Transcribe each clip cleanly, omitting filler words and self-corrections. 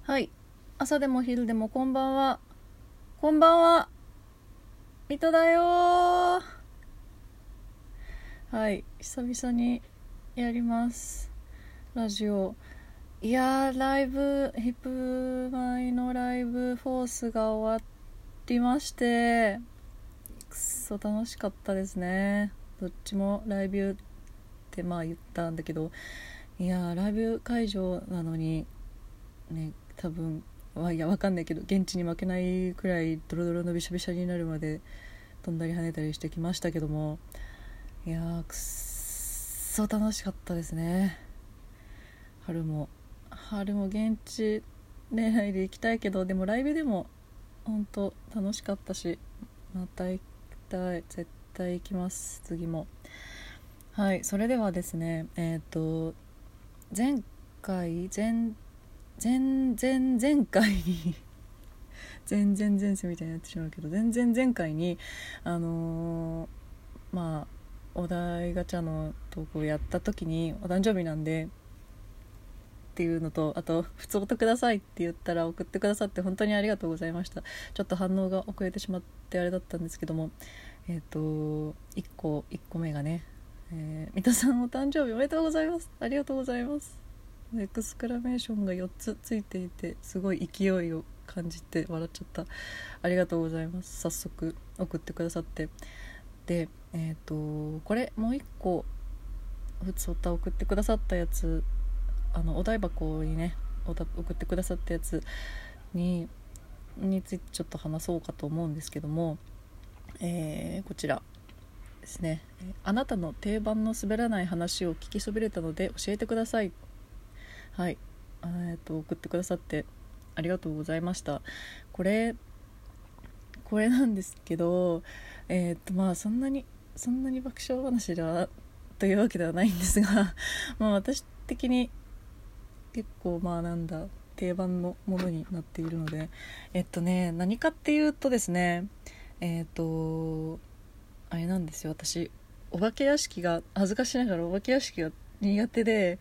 はい、朝でも昼でもこんばんは。こんばんは、水戸だよー。はい、久々にやります、ラジオ。いやー、ライブヒップマイのライブフォースが終わりまして、くっそ楽しかったですね。どっちもライブって言ったんだけど、いやー、ライブ会場なのにね、多分いやわかんないけど現地に負けないくらいドロドロのびしゃびしゃになるまで飛んだり跳ねたりしてきましたけども、いやー、くっそ楽しかったですね。春も現地恋愛で行きたいけど、でもライブでも本当楽しかったし、また行きたい。絶対行きます、次も。はい、それではですね、前回前回に全然前世みたいになってしまうけど、前回にお題ガチャの投稿をやった時に、お誕生日なんでっていうのと、あと普通音くださいって言ったら送ってくださって本当にありがとうございました。ちょっと反応が遅れてしまってあれだったんですけども、1個目がね、三田さんお誕生日おめでとうございます、ありがとうございます。エクスクラメーションが4つついていて、すごい勢いを感じて笑っちゃった。ありがとうございます。早速送ってくださって。で、これもう1個ふつおた送ってくださったやつ、お台箱にね送ってくださったやつについてちょっと話そうかと思うんですけども、こちらですね。あなたの定番の滑らない話を聞きそびれたので教えてください。はい、送ってくださってありがとうございました。これなんですけど、そんなに爆笑話だというわけではないんですが私的に結構定番のものになっているので、何かっていうとですね、あれなんですよ。私お化け屋敷が恥ずかしながらお化け屋敷が苦手で、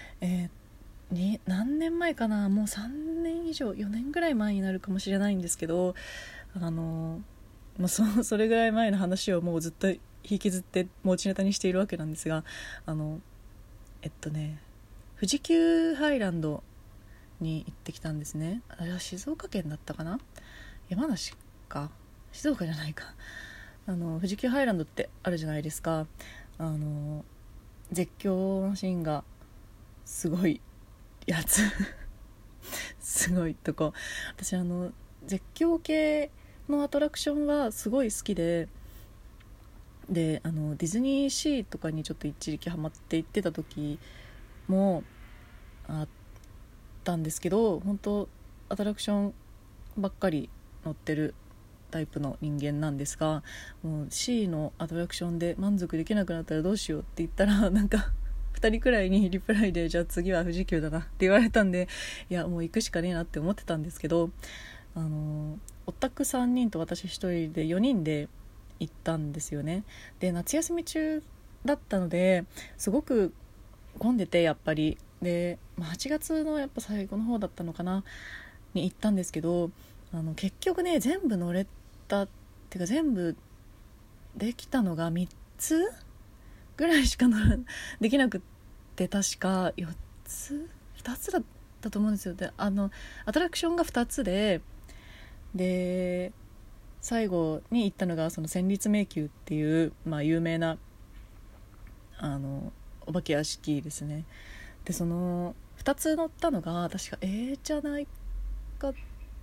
何年前かな、もう3年以上4年ぐらい前になるかもしれないんですけど、それぐらい前の話をもうずっと引きずって持ちネタにしているわけなんですが、富士急ハイランドに行ってきたんですね。あれは静岡県だったかな、山梨か、静岡じゃないか。富士急ハイランドってあるじゃないですか。絶叫マシンがすごいやつすごいとこ。私絶叫系のアトラクションはすごい好きで、ディズニーシーとかにちょっと一時期ハマって行ってた時もあったんですけど、本当アトラクションばっかり乗ってるタイプの人間なんですが、もう C のアトラクションで満足できなくなったらどうしようって言ったら、なんか2人くらいにリプライで、じゃあ次は富士急だなって言われたんで、いやもう行くしかねえなって思ってたんですけど、オタク3人と私1人で4人で行ったんですよね。で、夏休み中だったのですごく混んでて、やっぱりで、8月のやっぱ最後の方だったのかなに行ったんですけど、結局ね全部乗れたっていうか、全部できたのが3つぐらいしかできなくって、確か2つだったと思うんですよ。で、アトラクションが2つで最後に行ったのがその戦慄迷宮っていう、有名なお化け屋敷ですね。で、その2つ乗ったのが確かじゃないか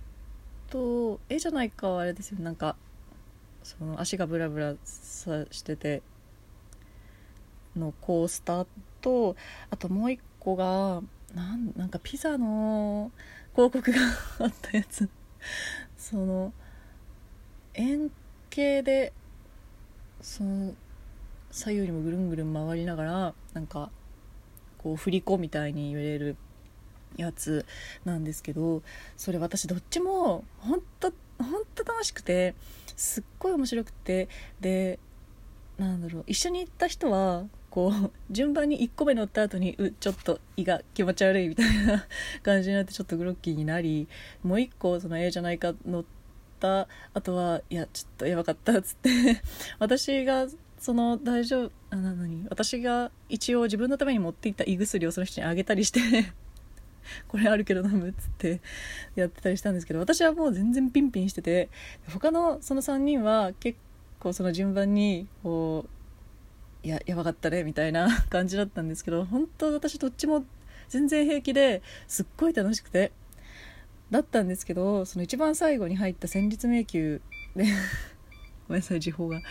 はあれですよ。なんかその足がブラブラさしててのコースターと、あともう一個がなんかピザの広告があったやつその円形でその左右にもぐるんぐるん回りながら、なんかこう振り子みたいに揺れるやつなんですけど、それ私どっちも本当楽しくて、すっごい面白くて、で一緒に行った人はこう順番に1個目乗った後にちょっと胃が気持ち悪いみたいな感じになってちょっとグロッキーになり、もう1個そのじゃないか乗った後はいやちょっとやばかったっつって私がその大丈夫私が一応自分のために持っていった胃薬をその人にあげたりしてこれあるけど飲むっつってやってたりしたんですけど、私はもう全然ピンピンしてて、他のその3人は結構その順番にこうやばかったねみたいな感じだったんですけど、本当私どっちも全然平気ですっごい楽しくてだったんですけど、その一番最後に入った戦慄迷宮でごめんなさい時報が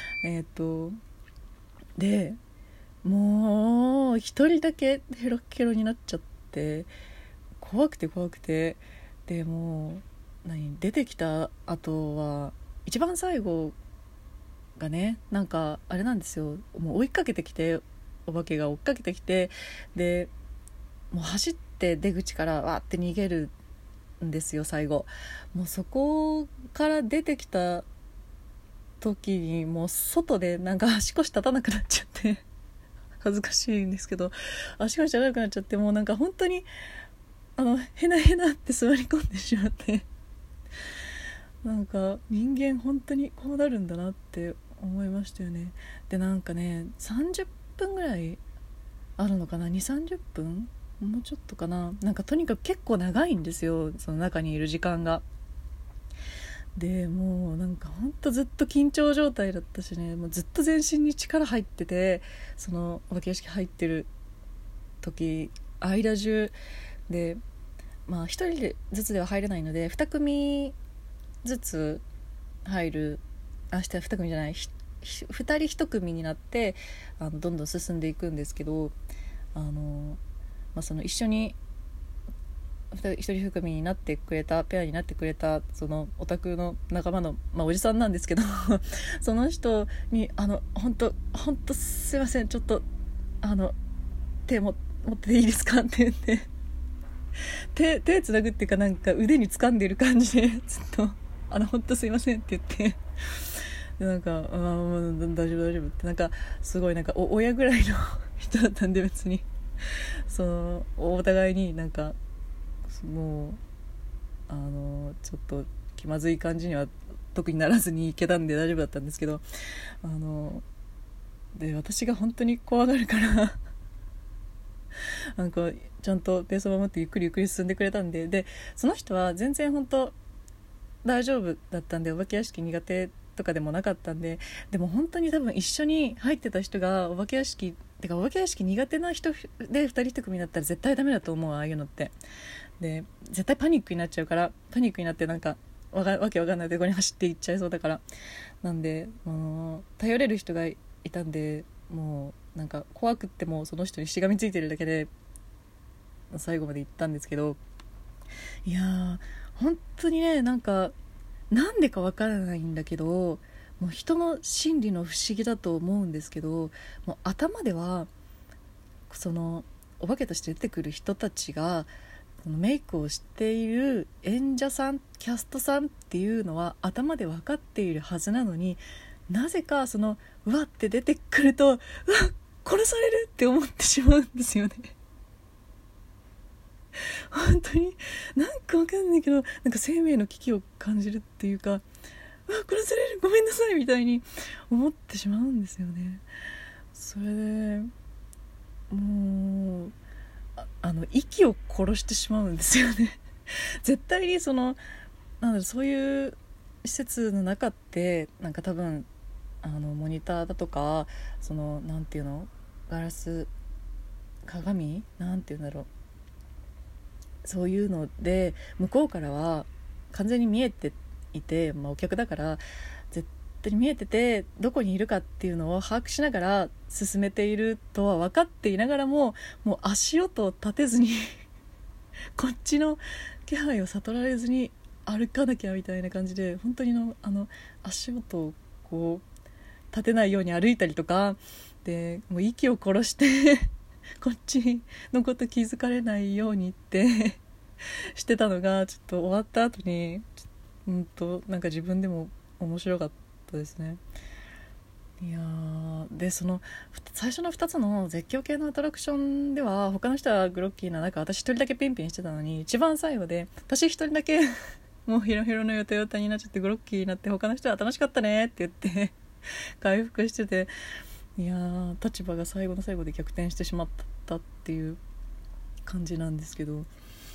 でもう一人だけヘロッケロになっちゃって怖くてでもう出てきた後は一番最後がねなんかあれなんですよ、もう追いかけてきてお化けが追っかけてきて、でもう走って出口からわーって逃げるんですよ最後。もうそこから出てきた時にもう外でなんか足腰立たなくなっちゃって恥ずかしいんですけど足腰立たなくなっちゃって、もうなんか本当にへなへなって座り込んでしまってなんか人間本当にこうなるんだなって思いましたよね。でなんかね30分ぐらいあるのかな、2、30分もうちょっとかな、なんかとにかく結構長いんですよその中にいる時間が。でもうなんかほんとずっと緊張状態だったしね、もうずっと全身に力入ってて、そのお化け屋敷入ってる時間中で、まあ1人でずつでは入れないので2組ずつ入る、2組じゃない2人1組になってどんどん進んでいくんですけど、その一緒に一人一組になってくれたペアになってくれたそのオタクの仲間の、おじさんなんですけどその人に本当すいませんちょっと手持ってていいですかって言って手つなぐっていうかなんか腕に掴んでる感じでずっと本当すいませんって言ってでなんかもう大丈夫ってなんかすごいなんか親ぐらいの人だったんで別にそのお互いになんかもうちょっと気まずい感じには特にならずに行けたんで大丈夫だったんですけど、で私が本当に怖がるからなんかちゃんとペースを守ってゆっくり進んでくれたんでその人は全然本当大丈夫だったんで、お化け屋敷苦手とかでもなかったんで、でも本当に多分一緒に入ってた人がお化け屋敷苦手な人で2人1組だったら絶対ダメだと思う、ああいうのって。で絶対パニックになっちゃうから、パニックになってなんかわけわかんないところに走っていっちゃいそうだから、なんで頼れる人がいたんで、もうなんか怖くってもその人にしがみついてるだけで最後まで行ったんですけど、いやー本当にねなんでかわからないんだけど、もう人の心理の不思議だと思うんですけど、もう頭ではそのお化けとして出てくる人たちがメイクをしている演者さんキャストさんっていうのは頭で分かっているはずなのに、なぜかうわって出てくるとうわ殺されるって思ってしまうんですよね本当になんか分かんないけど、なんか生命の危機を感じるっていうか、うわ殺されるごめんなさいみたいに思ってしまうんですよね。それでもう息を殺してしまうんですよね絶対にそういう施設の中ってなんか多分モニターだとかなんていうのガラス鏡なんていうんだろう、そういうので向こうからは完全に見えていて、お客だから絶対に見えててどこにいるかっていうのを把握しながら進めているとは分かっていながらも、もう足音を立てずにこっちの気配を悟られずに歩かなきゃみたいな感じで、本当に足音をこう立てないように歩いたりとかで、もう息を殺してこっちのこと気づかれないようにってしてたのが、ちょっと終わった後になんか自分でも面白かったですね。 いやでその最初の2つの絶叫系のアトラクションでは他の人はグロッキーな中、私一人だけピンピンしてたのに、一番最後で私一人だけもうヒロヒロのヨタヨタになっちゃってグロッキーになって、他の人は楽しかったねって言って回復してて、いや立場が最後の最後で逆転してしまったっていう感じなんですけど、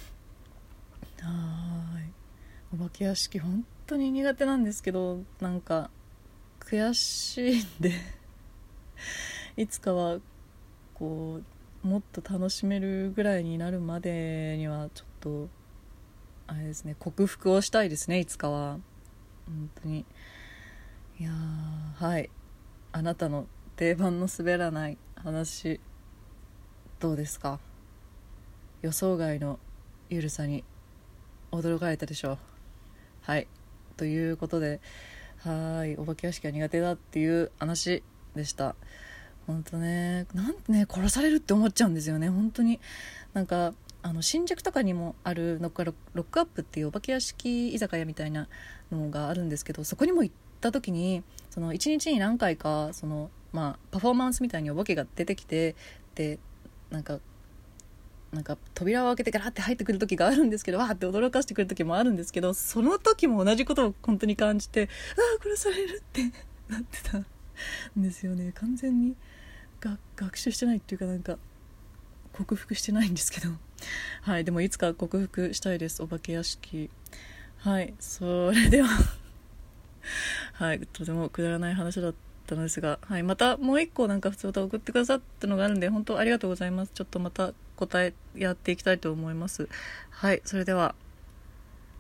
お化け屋敷本当に苦手なんですけど、なんか悔しいんでいつかはこうもっと楽しめるぐらいになるまでにはちょっとあれですね、克服をしたいですね、いつかは。本当に。いやはい、あなたの定番の滑らない話どうですか？予想外のゆるさに驚かれたでしょう。はい、ということで、お化け屋敷が苦手だっていう話でした。本当ね、なんてね、殺されるって思っちゃうんですよね、本当に。なんか新宿とかにもあるロックアップっていうお化け屋敷居酒屋みたいなのがあるんですけど、そこにも行った時に、その1日に何回かパフォーマンスみたいにお化けが出てきて、でなんか扉を開けてガラって入ってくる時があるんですけど、わーって驚かしてくる時もあるんですけど、その時も同じことを本当に感じて、殺されるってなってたんですよね。完全に学習してないっていうか、なんか克服してないんですけどはい、でもいつか克服したいです、お化け屋敷。はい、それでははい、とてもくだらない話だったのですが、はい、またもう一個なんか普通歌を送ってくださったのがあるんで、本当ありがとうございます。ちょっとまた答えやっていきたいと思います。はい、それでは。